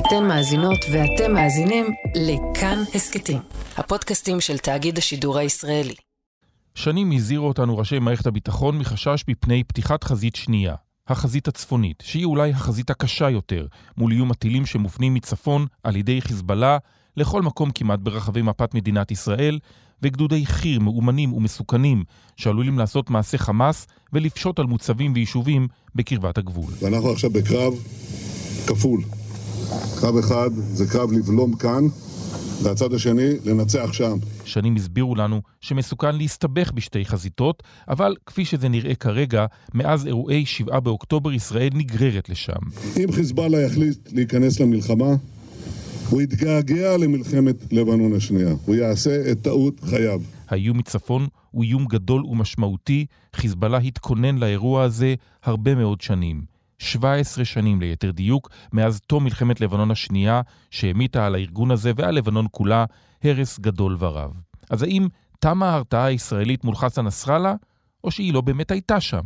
אתן מאזינות ואתם מאזינים לכאן הסקטים, הפודקאסטים של תאגיד השידור הישראלי. שנים הזהירו אותנו ראשי מערכת הביטחון מחשש מפני פתיחת חזית שנייה, החזית הצפונית, שהיא אולי החזית הקשה יותר, מול איום הטילים שמופנים מצפון על ידי חיזבאללה לכל מקום כמעט ברחבי מפת מדינת ישראל, וגדודי חיר מאומנים ומסוכנים שעלולים לעשות מעשה חמאס ולפשוט על מוצבים ויישובים בקרבת הגבול. ואנחנו עכשיו בקרב כפול. קרב אחד זה קרב לבלום כאן, והצד השני לנצח שם. שנים הסבירו לנו שמסוכן להסתבך בשתי חזיתות, אבל כפי שזה נראה כרגע, מאז אירועי 7 באוקטובר ישראל נגררת לשם. אם חיזבאללה יחליט להיכנס למלחמה, הוא יתגעגע למלחמת לבנון השנייה. הוא יעשה את טעות חייו. האיום מצפון הוא איום גדול ומשמעותי. חיזבאללה התכונן לאירוע הזה הרבה מאוד שנים. 17 שנים ליתר דיוק, מאז תום מלחמת לבנון השנייה, שהמיתה על הארגון הזה ועל לבנון כולה הרס גדול ורב. אז האם תמה ההרתעה הישראלית מול חסן נסראללה, או שהיא לא באמת הייתה שם?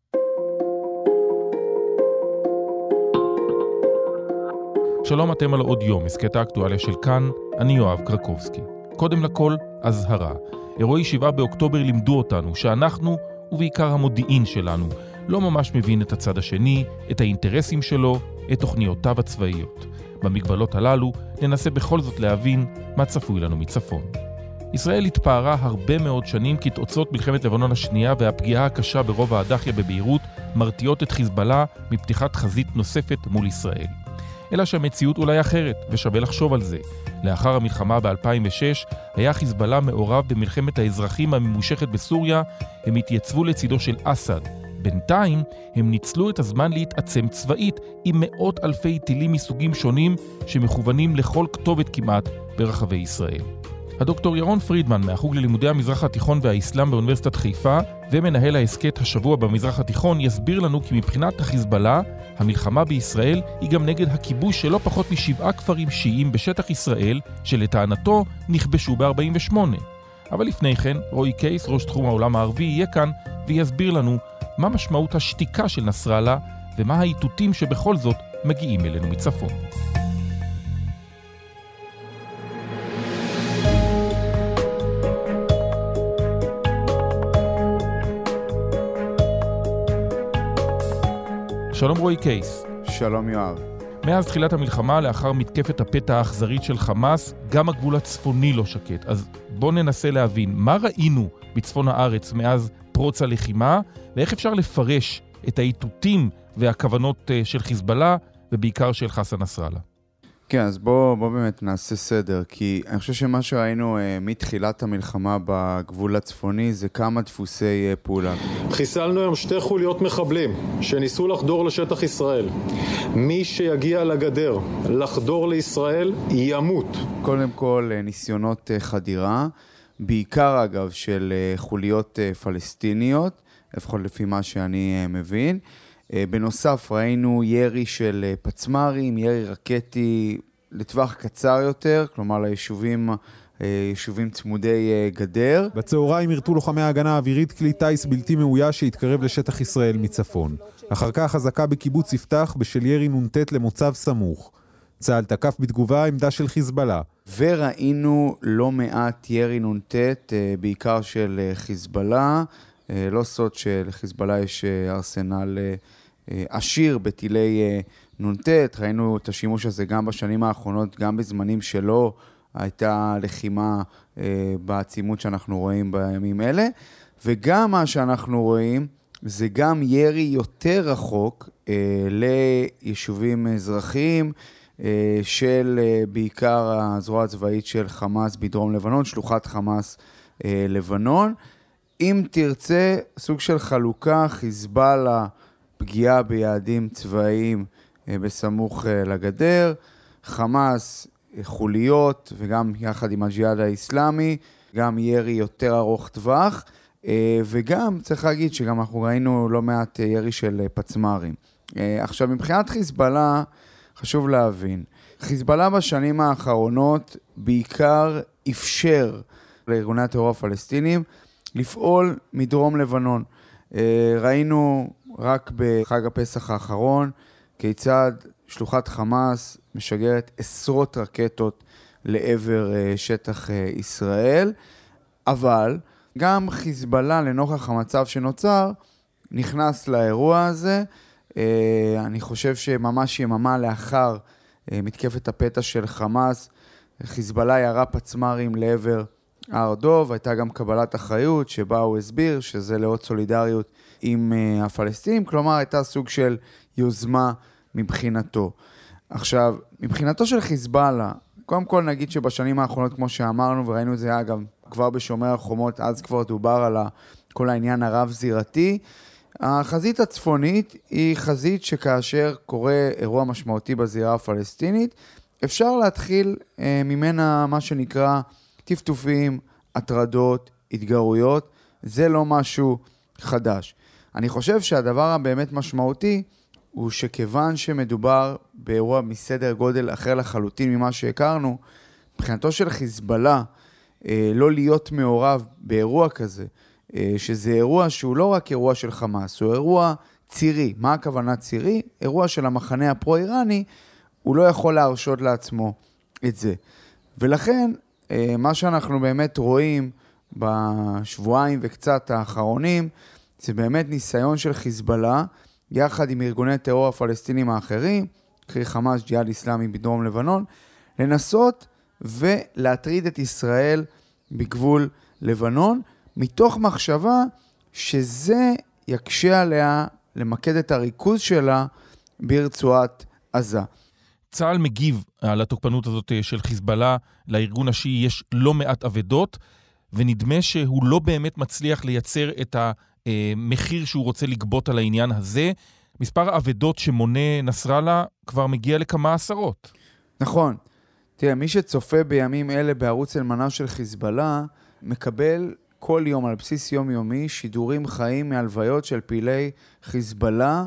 שלום, אתם על עוד יום, הסקט האקטואליה של כאן, אני יואב קרקובסקי. קודם לכל, הזהרה. אירועי 7 באוקטובר לימדו אותנו שאנחנו, ובעיקר המודיעין שלנו, לא ממש מבין את הצד השני, את האינטרסים שלו, את תוכניותיו הצבאיות. במגבלות הללו ננסה בכל זאת להבין מה צפוי לנו מצפון. ישראל התפארה הרבה מאוד שנים כי תוצאות מלחמת לבנון השנייה והפגיעה הקשה ברובע הדאחיה בביירות מרתיעות את חיזבאללה מפתיחת חזית נוספת מול ישראל. אלא שהמציאות אולי אחרת, ושווה לחשוב על זה. לאחר המלחמה ב-2006 היה חיזבאללה מעורב במלחמת האזרחים הממושכת בסוריה, הם התייצבו לצידו של אסד. בינתיים הם ניצלו את הזמן להתעצם צבאית עם מאות אלפי טילים מסוגים שונים שמכוונים לכל כתובת כמעט ברחבי ישראל. הדוקטור ירון פרידמן מהחוג ללימודי המזרח התיכון והאסלאם באוניברסיטת חיפה ומנהל העסקת השבוע במזרח התיכון יסביר לנו כי מבחינת החיזבאללה המלחמה בישראל היא גם נגד הכיבוש שלא פחות מ7 כפרים שיעים בשטח ישראל שלטענתו נכבשו ב-48. אבל לפני כן רועי קייס, ראש תחום העולם הערבי, יהיה כאן ויסביר לנו מה משמעות השתיקה של נסראללה ומה האיתותים שבכל זאת מגיעים אלינו מצפון. שלום רועי קייס. שלום יואב. מאז תחילת המלחמה, לאחר מתקפת הפתע האכזרית של חמאס, גם הגבול הצפוני לא שקט. אז בוא ננסה להבין, מה ראינו בצפון הארץ מאז פרוץ הלחימה, ואיך אפשר לפרש את האיתותים והכוונות של חיזבאללה, ובעיקר של חסן נסראללה. כן, אז בוא באמת נעשה סדר, כי אני חושב שמה שראינו מתחילת המלחמה בגבול הצפוני זה כמה דפוסי פעולה. חיסלנו היום 2 חוליות מחבלים שניסו לחדור לשטח ישראל. מי שיגיע לגדר לחדור לישראל ימות. קודם כל ניסיונות חדירה, בעיקר אגב של חוליות פלסטיניות, לפחות לפי מה שאני מבין. בנוסף ראינו ירי של פצמרים, ירי רקטי לטווח קצר יותר, כלומר ליישובים צמודי גדר. בצהריים הרתו לוחמי ההגנה האווירית כלי טייס בלתי מאויש שהתקרב לשטח ישראל מצפון. אחר כך אזעקה בקיבוץ יפתח בשל ירי נ"ט למוצב סמוך. צה"ל תקף בתגובה עמדה של חיזבאללה. וראינו לא מעט ירי נ"ט, בעיקר של חיזבאללה. לא סוד שלחיזבאללה יש ארסנל עשיר בטילי נ"ט, ראינו את השימוש הזה גם בשנים האחרונות, גם בזמנים שלא הייתה לחימה בעצימות שאנחנו רואים בימים אלה, וגם מה שאנחנו רואים זה גם ירי יותר רחוק ליישובים אזרחיים של בעיקר הזרוע הצבאית של חמאס בדרום לבנון, שלוחת חמאס לבנון. אם תרצה, סוג של חלוקה, חיזבאללה, פגיעה ביעדים צבאיים בסמוך לגדר, חמאס, חוליות, וגם יחד עם הג'יהאד האסלאמי, גם ירי יותר ארוך טווח, וגם צריך להגיד שגם אנחנו ראינו לא מעט ירי של פצמרים. עכשיו, מבחינת חיזבאללה, חשוב להבין, חיזבאללה בשנים האחרונות בעיקר אפשר לארגוני הטרור הפלסטינים לפעול מדרום לבנון. ראינו רק בחג הפסח האחרון כיצד שלוחת חמאס משגרת עשרות רקטות לעבר שטח ישראל, אבל גם חיזבאללה לנוכח המצב שנוצר נכנס לאירוע הזה. אני חושב שממש יממה לאחר מתקפת הפתע של חמאס, חיזבאללה ירה פצמ"רים לעבר הר דוב, הייתה גם קבלת אחריות שבה הוא הסביר שזה לאות סולידריות עם הפלסטינים, כלומר הייתה סוג של יוזמה מבחינתו. עכשיו, מבחינתו של חיזבאללה, קודם כל נגיד שבשנים האחרונות, כמו שאמרנו, וראינו את זה אגב כבר בשומר החומות, אז כבר דובר על כל העניין הרב זירתי, החזית הצפונית היא חזית שכאשר קורה אירוע משמעותי בזירה הפלסטינית, אפשר להתחיל ממנה מה שנקרא טפטופים, הטרדות, התגרויות, זה לא משהו חדש. אני חושב שהדבר הבאמת משמעותי הוא שכיוון שמדובר באירוע מסדר גודל אחר לחלוטין ממה שהכרנו, מבחינתו של חיזבאללה לא להיות מעורב באירוע כזה, שזה אירוע שהוא לא רק אירוע של חמאס, הוא אירוע צירי. מה הכוונה צירי? אירוע של המחנה הפרו-איראני, הוא לא יכול להרשות לעצמו את זה. ולכן, מה שאנחנו באמת רואים בשבועיים וקצת האחרונים, זה באמת ניסיון של חיזבאללה, יחד עם ארגוני טרור הפלסטינים האחרים, קרי חמאס, ג'יהאד אסלאמי בדרום לבנון, לנסות ולהטריד את ישראל בגבול לבנון, מתוך מחשבה שזה יקשה עליה למקד את הריכוז שלה ברצועת עזה. צה"ל מגיב על התוקפנות הזאת של חיזבאללה, לארגון השיעי יש לא מעט עבדות, ונדמה שהוא לא באמת מצליח לייצר את המחיר שהוא רוצה לגבות על העניין הזה. מספר העבדות שמונה נסראללה כבר מגיע לכמה עשרות. נכון. תראה, מי שצופה בימים אלה בערוץ אלמנה של חיזבאללה, מקבל כל יום על בסיס יומיומי שידורים חיים מהלוויות של פעילי חיזבאללה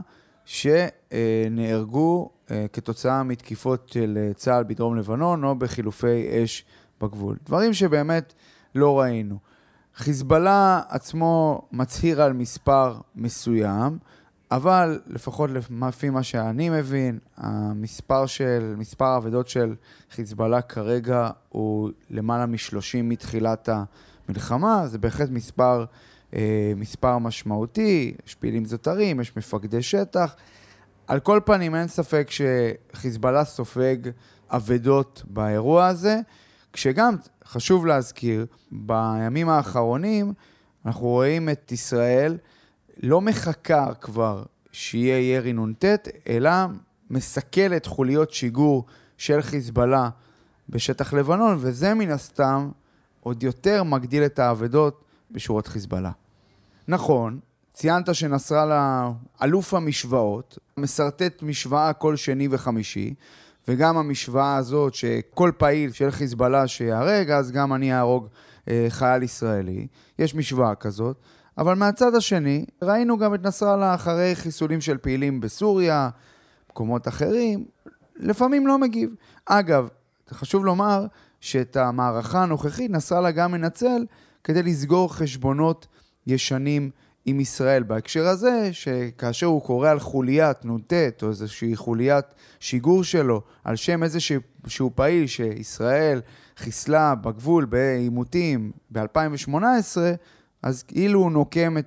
שנהרגו כתוצאה מתקיפות של צה"ל בדרום לבנון או בחילופי אש בגבול. דברים שבאמת לא ראינו. חיזבאללה עצמו מצהיר על מספר מסוים, אבל לפחות לפי מה שאני מבין, מספר העבדות של חיזבאללה כרגע הוא למעלה מ-30 מתחילת המלחמה. זה בהחלט מספר משמעותי, יש פעילים זוטרים, יש מפקדי שטח. על כל פנים אין ספק שחיזבאללה סופג עבדות באירוע הזה, כשגם חשוב להזכיר, בימים האחרונים אנחנו רואים את ישראל לא מחכה כבר שיהיה ירי נ"ט, אלא מסכלת חוליות שיגור של חיזבאללה בשטח לבנון, וזה מן הסתם עוד יותר מגדיל את העבדות בשורות חיזבאללה. נכון, ציינת שנסראללה אלוף המשוואות, מסרטט משוואה כל שני וחמישי, וגם המשוואה הזאת שכל פעיל של חיזבאללה שיהרג, אז גם אני אהרוג חייל ישראלי. יש משוואה כזאת. אבל מהצד השני, ראינו גם את נסראללה אחרי חיסולים של פעילים בסוריה, מקומות אחרים, לפעמים לא מגיב. אגב, חשוב לומר שאת המערכה הנוכחית נסראללה גם מנצל כדי לסגור חשבונות ישנים עם ישראל. בהקשר הזה, שכאשר הוא קורא על חוליית נ"ט או איזושהי חוליית שיגור שלו, על שם איזשהו פעיל שישראל חיסלה בגבול בעימותים ב-2018, אז כאילו הוא נוקם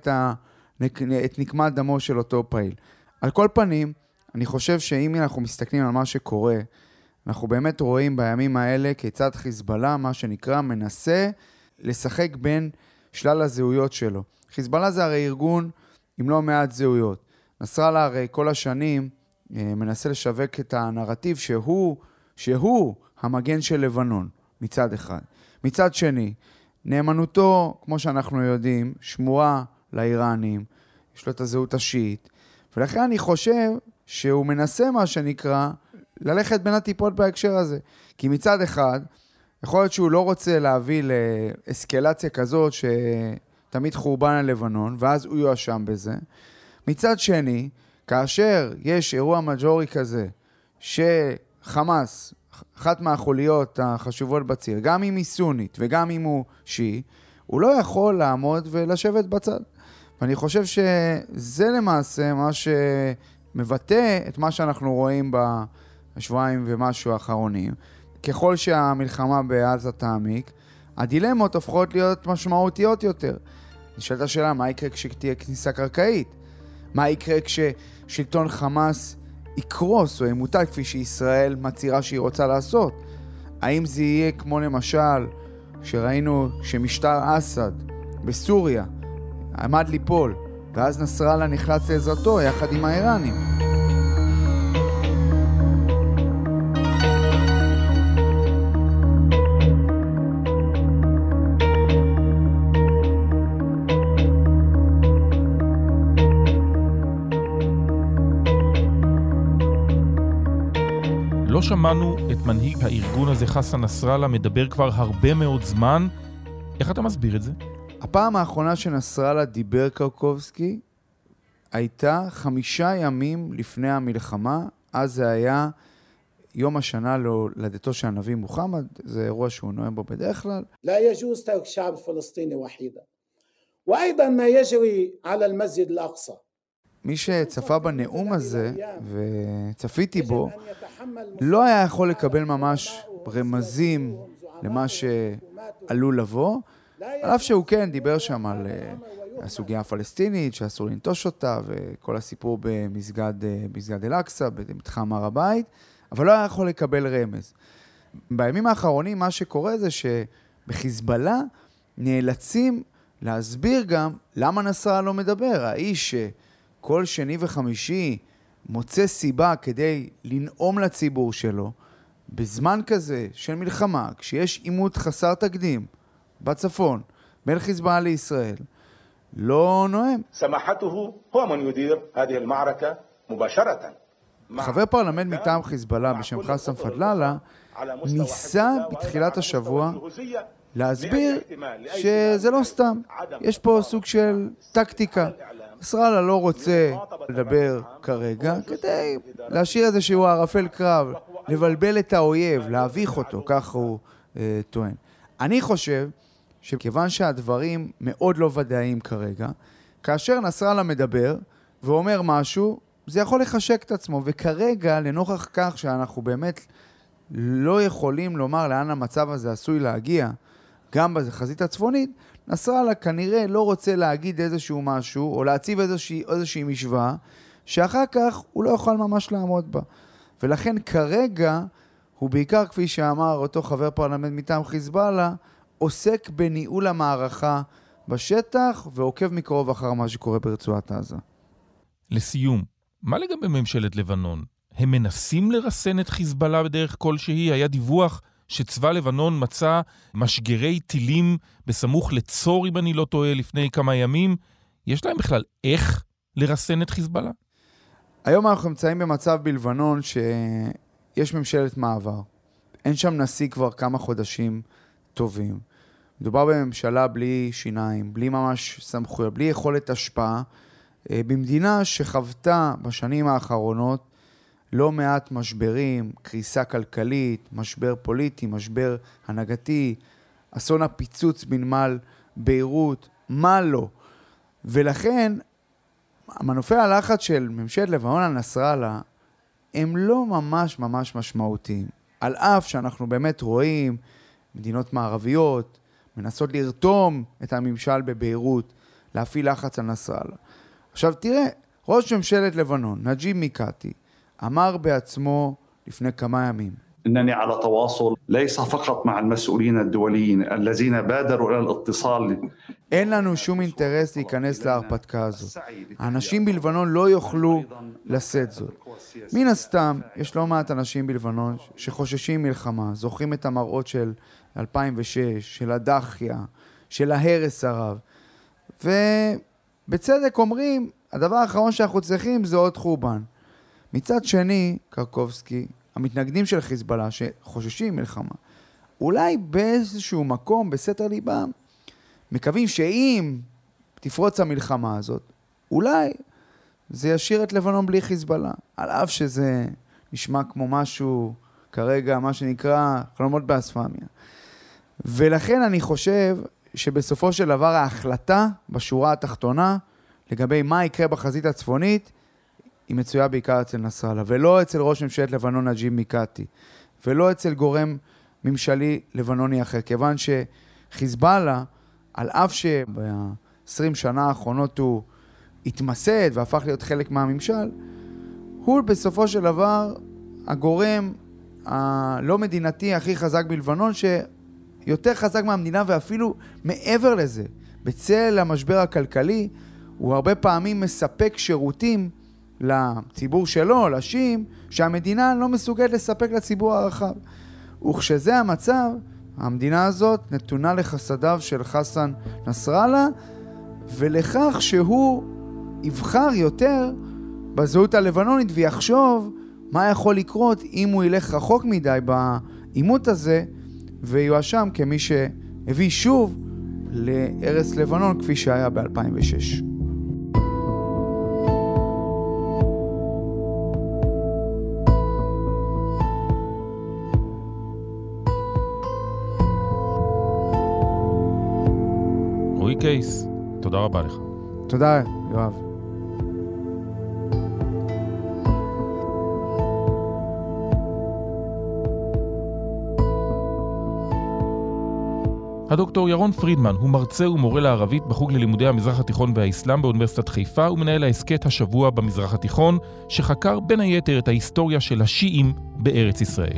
את נקמת דמו של אותו פעיל. על כל פנים, אני חושב שאם אנחנו מסתכלים על מה שקורה, אנחנו באמת רואים בימים האלה כיצד חיזבאללה, מה שנקרא, מנסה לשחק בין שלל הזהויות שלו. חיזבאללה זה הרי ארגון עם לא מעט זהויות. נסראללה הרי כל השנים מנסה לשווק את הנרטיב שהוא המגן של לבנון, מצד אחד. מצד שני, נאמנותו, כמו שאנחנו יודעים, שמורה לאיראנים, יש לו את הזהות השיעית, ולכן אני חושב שהוא מנסה מה שנקרא ללכת בין הטיפות בהקשר הזה. כי מצד אחד, יכול להיות שהוא לא רוצה להביא לאסקלציה כזאת שתמיד חורבן על לבנון, ואז הוא יואשם בזה. מצד שני, כאשר יש אירוע מג'ורי כזה, שחמאס, אחת מהחוליות החשובות בציר, גם אם היא סונית וגם אם הוא שיעי, הוא לא יכול לעמוד ולשבת בצד. ואני חושב שזה למעשה מה מבטא את מה שאנחנו רואים בשבועיים ומשהו האחרונים. ככל שהמלחמה בעזה תעמיק, הדילמות הופכות להיות משמעותיות יותר. נשאלת השאלה, מה יקרה כשתהיה כניסה קרקעית? מה יקרה כששלטון חמאס יקרוס או ימוטט כפי שישראל מצהירה שהיא רוצה לעשות? האם זה יהיה כמו למשל שראינו שמשטר אסד בסוריה עמד ליפול, ואז נסראללה נחלץ לעזרתו יחד עם האיראנים? לא שמענו את מנהיג הארגון הזה, חסן נסראללה, מדבר כבר הרבה מאוד זמן. איך אתה מסביר את זה? הפעם האחרונה שנסראללה דיבר קרקובסקי הייתה 5 ימים לפני המלחמה. אז זה היה יום השנה להולדתו של הנביא מוחמד. זה אירוע שהוא נואם בו בדרך כלל. لا يجوز ترك الشعب الفلسطيني وحيدا وأيضا ما يجري على المسجد الأقصى. מי שצפה בנאום הזה וצפיתי בו לא היה יכול לקבל ממש רמזים למה שעלול לבוא, על אף שהוא כן דיבר שם על הסוגיה הפלסטינית שאסור לנטוש אותה וכל הסיפור במסגד אל-אקצא, במתחם הר הבית, אבל לא היה יכול לקבל רמז. בימים האחרונים מה שקורה זה שבחיזבאללה נאלצים להסביר גם למה נסראללה לא מדבר. האיש כל שני וחמישי מוצא סיבה כדי לנאום לציבור שלו, בזמן כזה של מלחמה, כשיש עימות חסר תקדים בצפון, בין חיזבאללה לישראל, לא נואם. סמחתו הוא من يدير هذه المعركة مباشرة. חבר פרלמנט מטעם חיזבאללה בשם חסן פדללה ניסה בתחילת השבוע להסביר שזה לא סתם. יש פה סוג של טקטיקה. נסראללה לא רוצה לדבר כרגע כדי להשאיר איזשהו ערפל קרב, לבלבל את האויב, להביך אותו, כך הוא טוען. אני חושב שכיוון שהדברים מאוד לא ודאיים כרגע, כאשר נסראללה מדבר ואומר משהו, זה יכול לחשק את עצמו, וכרגע לנוכח כך שאנחנו באמת לא יכולים לומר לאן המצב הזה עשוי להגיע, גם בחזית הצפונית, נסראללה כנראה לא רוצה להגיד איזשהו משהו, או להציב איזושהי משוואה, שאחר כך הוא לא יוכל ממש לעמוד בה. ולכן כרגע, הוא בעיקר, כפי שאמר אותו חבר פרלמנט מטעם חיזבאללה, עוסק בניהול המערכה בשטח, ועוקב מקרוב אחר מה שקורה ברצועת עזה. לסיום, מה לגבי ממשלת לבנון? הם מנסים לרסן את חיזבאללה בדרך כלשהי? היה דיווח שצבא לבנון מצא משגרי טילים בסמוך לצור, אם אני לא טועה, לפני כמה ימים. יש להם בכלל איך לרסן את חיזבאללה? היום אנחנו נמצאים במצב בלבנון שיש ממשלת מעבר. אין שם נשיא כבר כמה חודשים טובים. מדובר בממשלה בלי שיניים, בלי ממש סמכויות, בלי יכולת השפעה, במדינה שחוותה בשנים האחרונות לא מעט משברים, קריסה כלכלית, משבר פוליטי, משבר הנהגתי, אסון הפיצוץ בנמל ביירות, מה לא. ולכן, מנופי הלחץ של ממשלת לבנון על נסראללה, הם לא ממש משמעותיים. על אף שאנחנו באמת רואים מדינות מערביות, מנסות לרתום את הממשל בביירות, להפעיל לחץ על נסראללה. עכשיו תראה, ראש ממשלת לבנון, נג'יב מיקאטי, אמר בעצמו לפני כמה ימים. إنني على تواصل ليس فقط مع المسؤولين الدوليين الذين بادروا إلى الاتصال. אין לנו שום אינטרס להיכנס להרפתקה הזו. האנשים בלבנון לא יוכלו לשאת זאת. מן הסתם, יש לא מעט אנשים בלבנון שחוששים מלחמה, זוכרים את המראות של 2006, של הדחיה, של ההרס הרב. ובצדק אומרים, הדבר האחרון שאנחנו צריכים זה עוד חורבן. מצד שני, קרקובסקי, המתנגדים של חיזבאללה שחוששים מלחמה, אולי באיזשהו מקום, בסתר ליבם, מקווים שאם תפרוץ המלחמה הזאת, אולי זה ישאיר את לבנון בלי חיזבאללה. על אף שזה נשמע כמו משהו, כרגע, מה שנקרא חלומות באספמיה. ולכן אני חושב שבסופו של דבר ההחלטה בשורה התחתונה, לגבי מה יקרה בחזית הצפונית, היא מצויה בעיקר אצל נסראללה, ולא אצל ראש ממשלת לבנון נג'יב מיקאתי, ולא אצל גורם ממשלי לבנוני אחר, כיוון שחיזבאללה, על אף שב-20 שנה האחרונות הוא התמסד והפך להיות חלק מהממשל, הוא בסופו של דבר הגורם הלא מדינתי הכי חזק בלבנון, שיותר חזק מהמדינה ואפילו מעבר לזה. בצל המשבר הכלכלי, הוא הרבה פעמים מספק שירותים לציבור שלו, לשיעים, שהמדינה לא מסוגלת לספק לציבור הרחב. וכשזה המצב, המדינה הזאת נתונה לחסדיו של חסן נסראללה, ולכך שהוא יבחר יותר בזהות הלבנונית ויחשוב מה יכול לקרות אם הוא ילך רחוק מדי בעימות הזה, ויואשם כמי שהביא שוב לארץ לבנון כפי שהיה ב-2006. רועי קייס, תודה רבה לך. תודה, יואב. הדוקטור ירון פרידמן הוא מרצה ומורה לערבית בחוג ללימודי המזרח התיכון והאסלאם באוניברסיטת חיפה, ומנהל העסקת השבוע במזרח התיכון, שחקר בין היתר את ההיסטוריה של השיעים בארץ ישראל.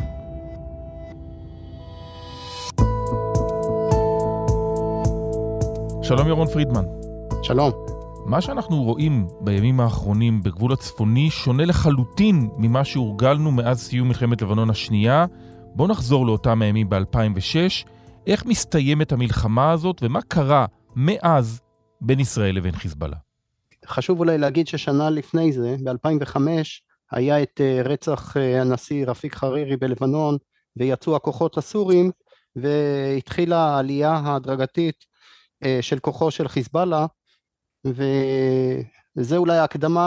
שלום ירון פרידמן. שלום. מה שאנחנו רואים בימים האחרונים בגבול הצפוני שונה לחלוטין ממה שהורגלנו מאז סיום מלחמת לבנון השנייה. בואו נחזור לאותם הימים ב-2006. איך מסתיימת המלחמה הזאת ומה קרה מאז בין ישראל לבין חיזבאללה? חשוב אולי להגיד ששנה לפני זה, ב-2005, היה את רצח הנשיא רפיק חרירי בלבנון, ויצאו הכוחות הסורים, והתחילה העלייה ההדרגתית של כוחו של חיזבאללה, וזה אולי ההקדמה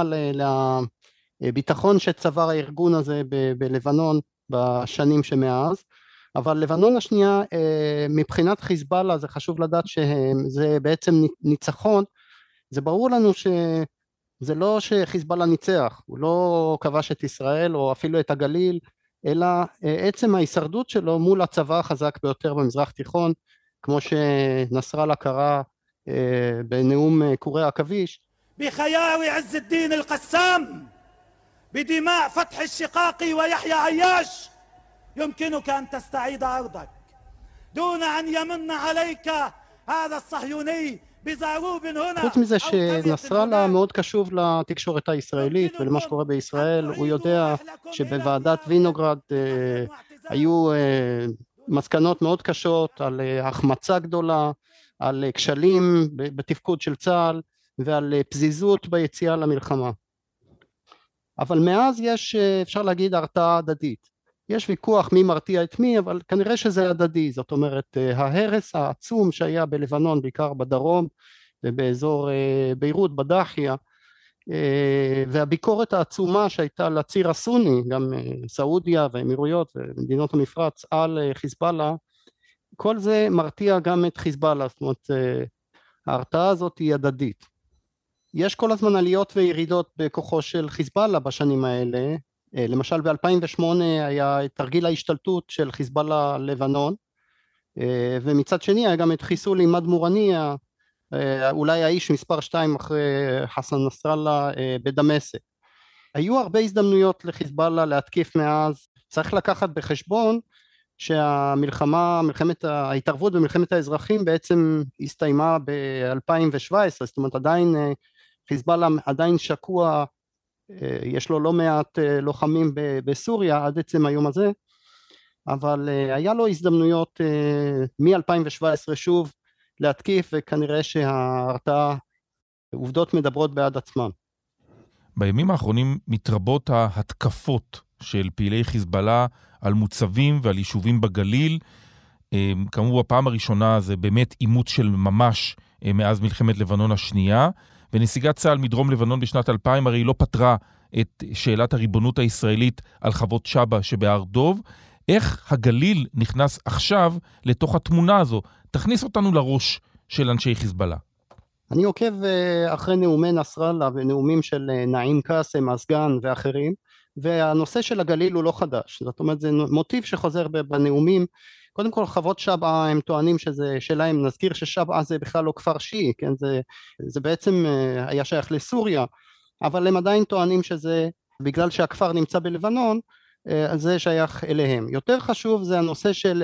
לביטחון שצבר הארגון הזה בלבנון בשנים שמאז. אבל לבנון השנייה, מבחינת חיזבאללה, זה חשוב לדעת שזה בעצם ניצחון. זה ברור לנו שזה לא שחיזבאללה ניצח, הוא לא כבש את ישראל או אפילו את הגליל, אלא עצם ההישרדות שלו מול הצבא החזק ביותר במזרח תיכון, כמו שנסראללה קרא בנאום קורי עכביש. בחייאווי עז א-דין אל-קסאם, בדמאء פתח אל-שיקאקי ויחיא עייש, يمكنك أن تستعيد أرضك دون أن يمن عليك هذا الصهيوني بزعروب هنا. חוץ מזה שנסראללה מאוד קשוב לתקשורת הישראלית ולמה שקורה בישראל, הוא יודע שבוועדת וינוגרד היו מסקנות מאוד קשות על החמצה גדולה, על כשלים בתפקוד של צה"ל ועל פזיזות ביציאה למלחמה. אבל מאז יש, אפשר להגיד, הרתעה הדדית. יש ויכוח מי מרתיע את מי, אבל כנראה שזה הדדי. זאת אומרת, ההרס העצום שהיה בלבנון, בעיקר בדרום ובאזור ביירות, בדחיה, והביקורת העצומה שהייתה לציר הסוני, גם סעודיה והאמירויות ומדינות המפרץ על חיזבאללה, כל זה מרתיע גם את חיזבאללה. זאת אומרת, ההרתעה הזאת היא הדדית. יש כל הזמן עליות וירידות בכוחו של חיזבאללה בשנים האלה. למשל ב-2008 היה את תרגיל ההשתלטות של חיזבאללה לבנון, ומצד שני היה גם את חיסול עימאד מורניה, אולי האיש מספר 2 אחרי חסן נסראללה בדמשק. היו הרבה הזדמנויות לחיזבאללה להתקיף מאז. צריך לקחת בחשבון שהמלחמת ההתערבות במלחמת האזרחים בעצם הסתיימה ב-2017, זאת אומרת עדיין חיזבאללה עדיין שקוע, יש לו לא מעט לוחמים בסוריה עד עצם היום הזה, אבל היה לו הזדמנויות מ-2017 שוב להתקיף, וכנראה שההרתעה, עובדות מדברות בעד עצמם. בימים האחרונים מתרבות ההתקפות של פעילי חיזבאללה על מוצבים ועל יישובים בגליל. כאמור, הפעם הראשונה זה באמת אימות של ממש מאז מלחמת לבנון השנייה, ונסיגת צה"ל מדרום לבנון בשנת 2000 הרי לא פתרה את שאלת הריבונות הישראלית על חוות שבא שבהר דוב. איך הגליל נכנס עכשיו לתוך התמונה הזו? תכניס אותנו לראש של אנשי חיזבאללה. אני עוקב אחרי נאומי נסראללה ונאומים של נעים קאסם, הסגן ואחרים, והנושא של הגליל הוא לא חדש, זאת אומרת זה מוטיב שחוזר בנאומים. קודם כל חוות שבעה הם טוענים שזה שלהם, נזכיר ששבעה זה בכלל לא כפר שיעי, כן? זה בעצם היה שייך לסוריה, אבל הם עדיין טוענים שזה בגלל שהכפר נמצא בלבנון, אז זה שייך אליהם. יותר חשוב זה הנושא של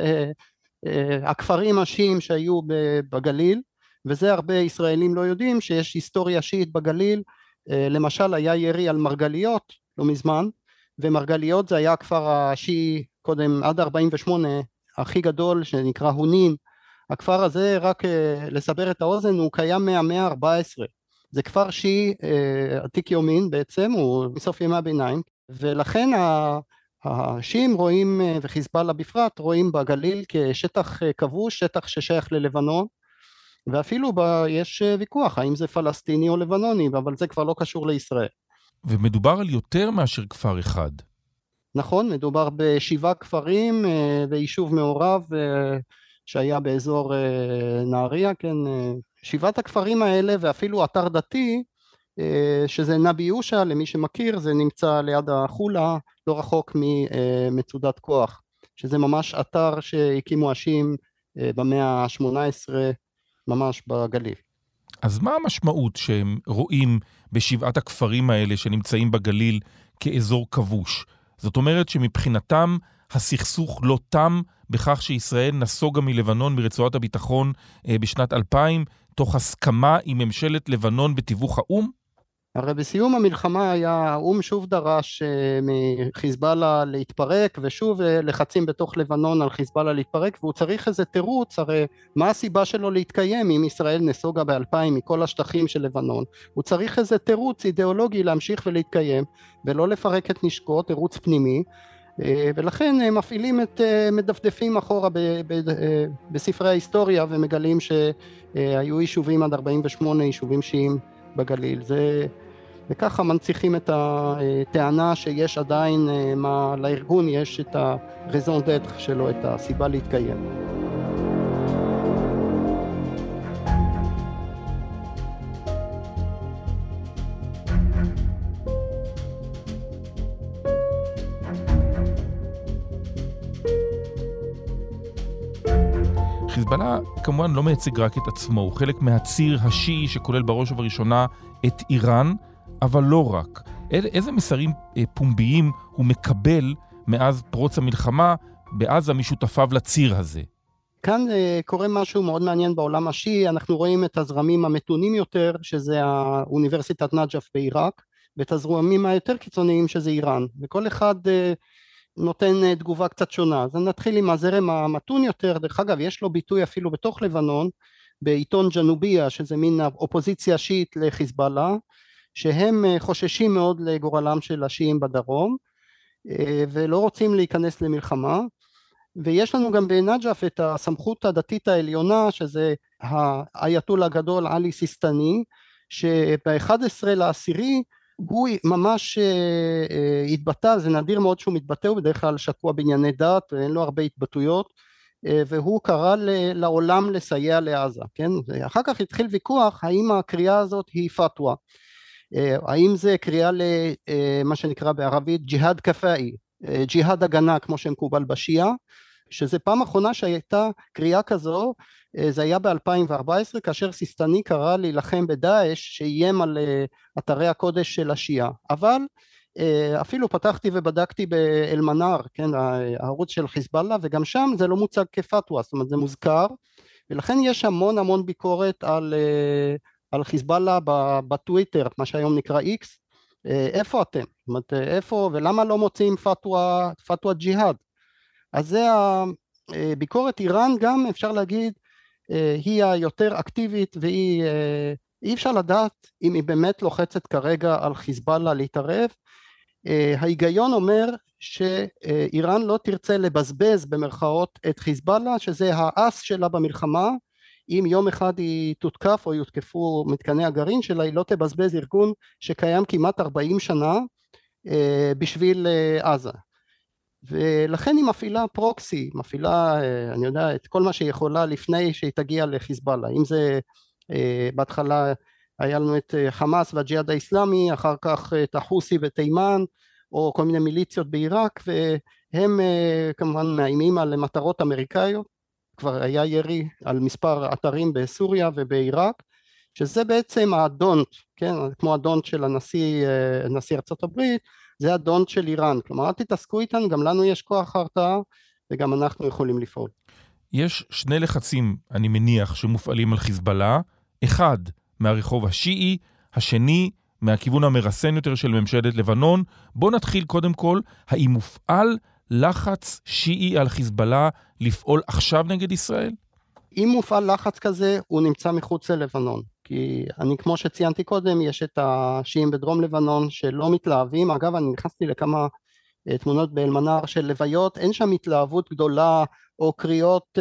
הכפרים השיעים שהיו בגליל, וזה הרבה ישראלים לא יודעים שיש היסטוריה שיעית בגליל. למשל היה ירי על מרגליות לא מזמן, ומרגליות זה היה הכפר השיעי קודם עד 48 הכי גדול שנקרא הונין. הכפר הזה, רק לסבר את האוזן, הוא קיים מהמאה ה-14, זה כפר שיעי עתיק יומין בעצם, הוא מסוף ימי הביניים, ולכן השיעים רואים, וחיזבאללה בפרט, רואים בגליל כשטח כבוש, שטח ששייך ללבנון, ואפילו יש ויכוח האם זה פלסטיני או לבנוני, אבל זה כבר לא קשור לישראל. ומדובר על יותר מאשר כפר אחד. נכון, מדובר ב7 כפרים ויישוב מעורב שהיה באזור נהריה, כן, 7 הכפרים האלה, ואפילו אתר דתי שזה נבי יושע, למי שמכיר, זה נמצא ליד החולה, לא רחוק ממצודת כוח, שזה ממש אתר שהקימו השיעים במאה ה-18 ממש בגליל. אז מה המשמעות שהם רואים ב7 הכפרים האלה שנמצאים בגליל כאזור כבוש? זאת אומרת שמבחינתם הסכסוך לא תם בכך שישראל נסוגה מלבנון מרצועת הביטחון בשנת 2000, תוך הסכמה עם ממשלת לבנון בתיווך האום? הרי בסיום המלחמה האום שוב דרש מחיזבאללה להתפרק, ושוב לחצים בתוך לבנון על חיזבאללה להתפרק, והוא צריך איזה תירוץ. הרי מה הסיבה שלו להתקיים אם ישראל נסוגה ב-2000 מכל השטחים של לבנון? הוא צריך איזה תירוץ אידיאולוגי להמשיך ולהתקיים, ולא לפרק את נשקו, תירוץ פנימי, ולכן הם מפעילים את מדפדפים אחורה בספרי ההיסטוריה, ומגלים שהיו יישובים עד 48 יישובים שיעים בגליל. וככה מנציחים את הטענה שיש עדיין, לארגון יש את הרזון דטר שלו, את הסיבה להתקיים. חיזבאללה כמובן לא מייצג רק את עצמו, הוא חלק מהציר השיעי שכולל בראש ובראשונה את איראן, אבל לא רק. איזה מסרים פומביים הוא מקבל מאז פרוץ המלחמה בעזה משותפיו לציר הזה? כאן קורה משהו מאוד מעניין בעולם השיעי. אנחנו רואים את הזרמים המתונים יותר, שזה האוניברסיטת נג'ף בעיראק, ואת הזרמים היותר קיצוניים שזה איראן, וכל אחד נותן תגובה קצת שונה. אז נתחיל עם הזרם המתון יותר. דרך אגב, יש לו ביטוי אפילו בתוך לבנון, בעיתון ג'נוביה, שזה מין אופוזיציה שיעית לחיזבאללה, שהם חוששים מאוד לגורלם של השיעים בדרום, ולא רוצים להיכנס למלחמה. ויש לנו גם בנג'ף את הסמכות הדתית העליונה, שזה האייתולה הגדול עלי סיסטני, שב-11 לעשירי, הוא ממש התבטא, זה נדיר מאוד שהוא מתבטא, הוא בדרך כלל שקוע בענייני דת, ואין לו הרבה התבטאויות, והוא קרא לעולם לסייע לעזה, כן? ואחר כך התחיל ויכוח, האם הקריאה הזאת היא פתווה, האם זה קריאה למה שנקרא בערבית ג'יהאד קפאי, ג'יהאד הגנה כמו שמקובל בשיעה, שזה פעם אחרונה שהייתה קריאה כזו, זה היה ב-2014, כאשר סיסטני קרא להילחם בדאעש שאיים על אתרי הקודש של השיעה. אבל אפילו פתחתי ובדקתי באל-מנאר, כן, הערוץ של חיזבאללה, וגם שם זה לא מוצג כפתווה, זאת אומרת זה מוזכר, ולכן יש המון ביקורת על חיזבאללה בטוויטר, מה שהיום נקרא איקס. איפה אתם? זאת אומרת, איפה ולמה לא מוצאים פתווה ג'יהאד? אז זה הביקורת. איראן גם אפשר להגיד היא היותר אקטיבית, והיא אי אפשר לדעת אם היא באמת לוחצת כרגע על חיזבאללה להתערב. ההיגיון אומר שאיראן לא תרצה לבזבז במרכאות את חיזבאללה, שזה האס שלה במלחמה. אם יום אחד היא תותקף או יותקפו מתקני הגרעין שלה, היא לא תבזבז ארגון שקיים כמעט 40 שנה בשביל עזה. ולכן היא מפעילה פרוקסי, מפעילה, אני יודע, את כל מה שהיא יכולה לפני שהיא תגיע לחיזבאללה, אם זה בהתחלה היה לנו את חמאס והג'יהאד האסלאמי, אחר כך את החוסי בתימן, או כל מיני מיליציות בעיראק, והם כמובן מאיימים על מטרות אמריקאיות. כבר היה ירי על מספר אתרים בסוריה ובעיראק, שזה בעצם הדונט, כן, כמו הדונט של נשיא ארצות הברית, זה הדונט של איראן. כלומר, אל תתעסקו איתנו, גם לנו יש כוח הרתעה, וגם אנחנו יכולים לפעול. יש שני לחצים, אני מניח, שמופעלים על חיזבאללה, אחד מהרחוב השיעי, השני מהכיוון המרסן יותר של ממשלת לבנון. בוא נתחיל קודם כל, האם מופעל לחץ שיעי על חיזבאללה לפעול עכשיו נגד ישראל? אם מופעל לחץ כזה, הוא נמצא מחוץ ללבנון. כי כמו שציינתי קודם, יש את השיעים בדרום לבנון שלא מתלהבים. אגב, אני נכנסתי לכמה תמונות באלמנר של לוויות, אין שם התלהבות גדולה או קריאות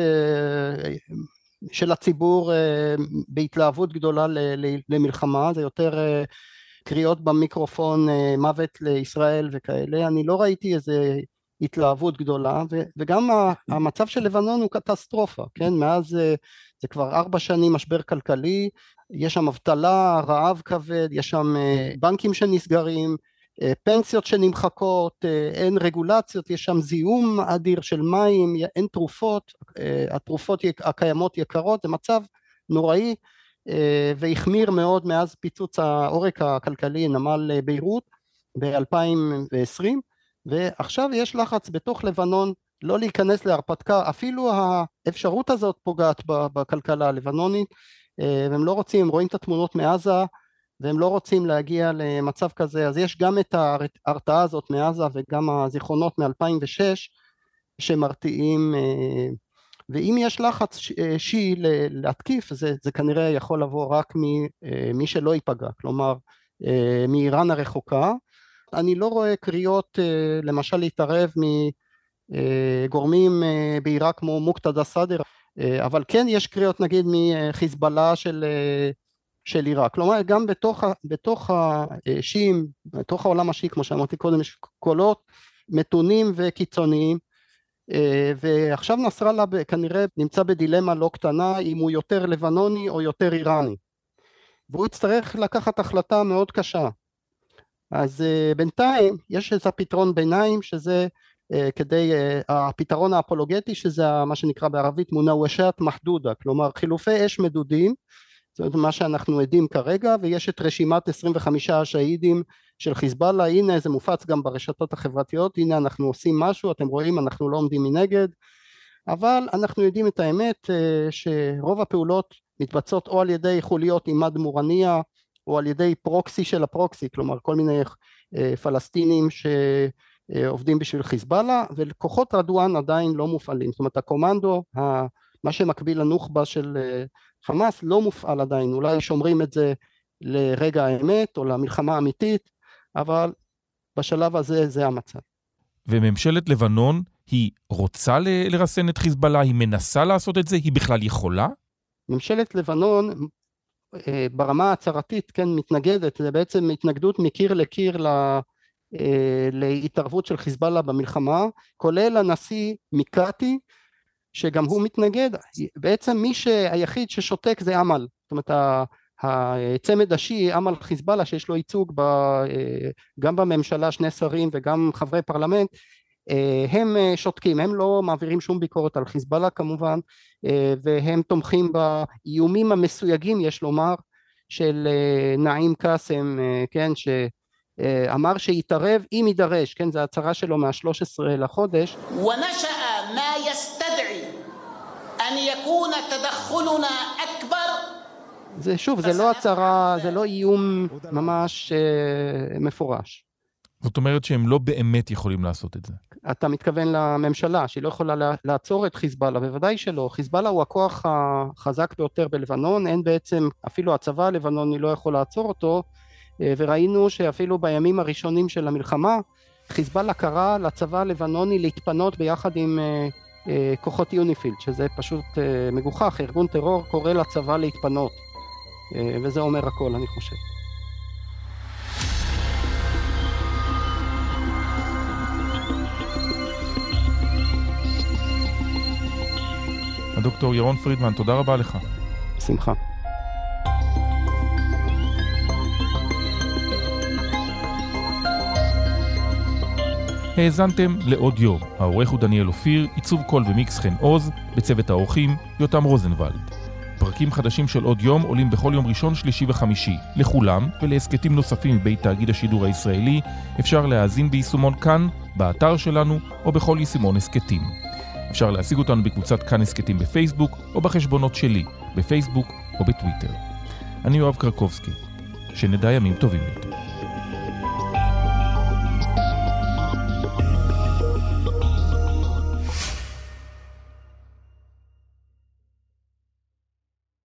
של הציבור בהתלהבות גדולה למלחמה, זה יותר קריאות במיקרופון מוות לישראל וכאלה. אני לא ראיתי איזה התלהבות גדולה, וגם המצב של לבנון הוא קטסטרופה, כן? מאז זה כבר 4 שנים משבר כלכלי, יש שם אבטלה, רעב כבד, יש שם בנקים שנסגרים, פנסיות שנמחקות, אין רגולציות, יש שם זיהום אדיר של מים, אין תרופות, התרופות הקיימות יקרות, זה מצב נוראי, והחמיר מאוד מאז פיצוץ העורק הכלכלי נמל ביירות ב-2020, ועכשיו יש לחץ בתוך לבנון לא להיכנס להרפתקה, אפילו האפשרות הזאת פוגעת בכלכלה הלבנונית, והם לא רוצים, רואים את התמונות מעזה, והם לא רוצים להגיע למצב כזה. אז יש גם את ההרתעה הזאת מעזה, וגם הזיכרונות מ-2006 שמרתיעים, ואם יש לחץ שיעי להתקיף, זה כנראה יכול לבוא רק ממי שלא ייפגע, כלומר מאיראן הרחוקה. אני לא רואה קריאות למשל להתערב מגורמים בעיראק כמו מוקתדה סאדר, אבל כן יש קריאות נגיד מחיזבאללה של עיראק. כלומר גם בתוך השיעים, בתוך העולם השיעי, כמו שאמרתי קודם, יש קולות מתונים וקיצוניים, ועכשיו נסראללה כנראה נמצא בדילמה לא קטנה, אם הוא יותר לבנוני או יותר איראני, והוא יצטרך לקחת החלטה מאוד קשה. אז בינתיים יש איזה פתרון ביניים, שזה כדי הפתרון האפולוגטי, שזה מה שנקרא בערבית מונאוושת מחדודה, כלומר חילופי אש מדודים, זאת מה שאנחנו עדים כרגע, ויש את רשימת 25 השהידים של חיזבאללה, הנה זה מופץ גם ברשתות החברתיות, הנה אנחנו עושים משהו, אתם רואים אנחנו לא עומדים מנגד, אבל אנחנו יודעים את האמת שרוב הפעולות מתבצעות או על ידי חוליות אימד מורניה, או על ידי פרוקסי של הפרוקסי, כלומר כל מיני פלסטינים שעובדים בשביל חיזבאללה, וכוחות רדואן עדיין לא מופעלים, זאת אומרת הקומנדו, מה שמקביל לנוח'בה של חמאס לא מופעל עדיין, אולי שומרים את זה לרגע האמת או למלחמה האמיתית, אבל בשלב הזה זה המצב. וממשלת לבנון היא רוצה לרסן את חיזבאללה, היא מנסה לעשות את זה, היא בכלל יכולה? ממשלת לבנון ברמה ההצהרתית כן מתנגדת, זה בעצם התנגדות מקיר לקיר להתערבות של חיזבאללה במלחמה, כולל הנשיא מיקאטי שגם הוא מתנגד. בעצם מי היחיד ששותק זה אמל, זאת אומרת הצמד השיעי אמל חיזבאללה שיש לו ייצוג גם בממשלה, 2 שרים וגם חברי פרלמנט, הם שותקים, הם לא מעבירים שום ביקורת על חיזבאללה כמובן, והם תומכים באיומים המסויגים יש לומר של נעים קאסם, כן, שאמר שיתערב אם יידרש, כן, זה הצהרה שלו מה-13 לחודש. ונשא מה יסתדעי אן יקון תדחלנה אכבר. זה שוב, זה לא הצהרה, זה לא איום ממש מפורש. זאת אומרת שהם לא באמת יכולים לעשות את זה. אתה מתכוון לממשלה, שהיא לא יכולה לעצור את חיזבאללה, בוודאי שלא. חיזבאללה הוא הכוח החזק ביותר בלבנון, אין בעצם, אפילו הצבא הלבנוני לא יכול לעצור אותו, וראינו שאפילו בימים הראשונים של המלחמה, חיזבאללה קרא לצבא הלבנוני להתפנות ביחד עם כוחות יוניפילד, שזה פשוט מגוחך, ארגון טרור קורא לצבא להתפנות, וזה אומר הכל אני חושב. הדוקטור ירון פרידמן, תודה רבה לך. שמחה. האזנתם לעוד יום. העורך הוא דניאל אופיר, עיצוב קול ומיקס חן עוז, בצוות האורחים יותם רוזנבלד. פרקים חדשים של עוד יום עולים בכל יום ראשון, שלישי וחמישי. לכולם ולהסקטים נוספים מבית תאגיד השידור הישראלי אפשר להאזין ביישומון כאן, באתר שלנו או בכל יישומון הסקטים. אפשר להשיג אותנו בקבוצת כאן הסקטים בפייסבוק או בחשבונות שלי, בפייסבוק או בטוויטר. אני יואב קרקובסקי. שנדע ימים טובים יותר.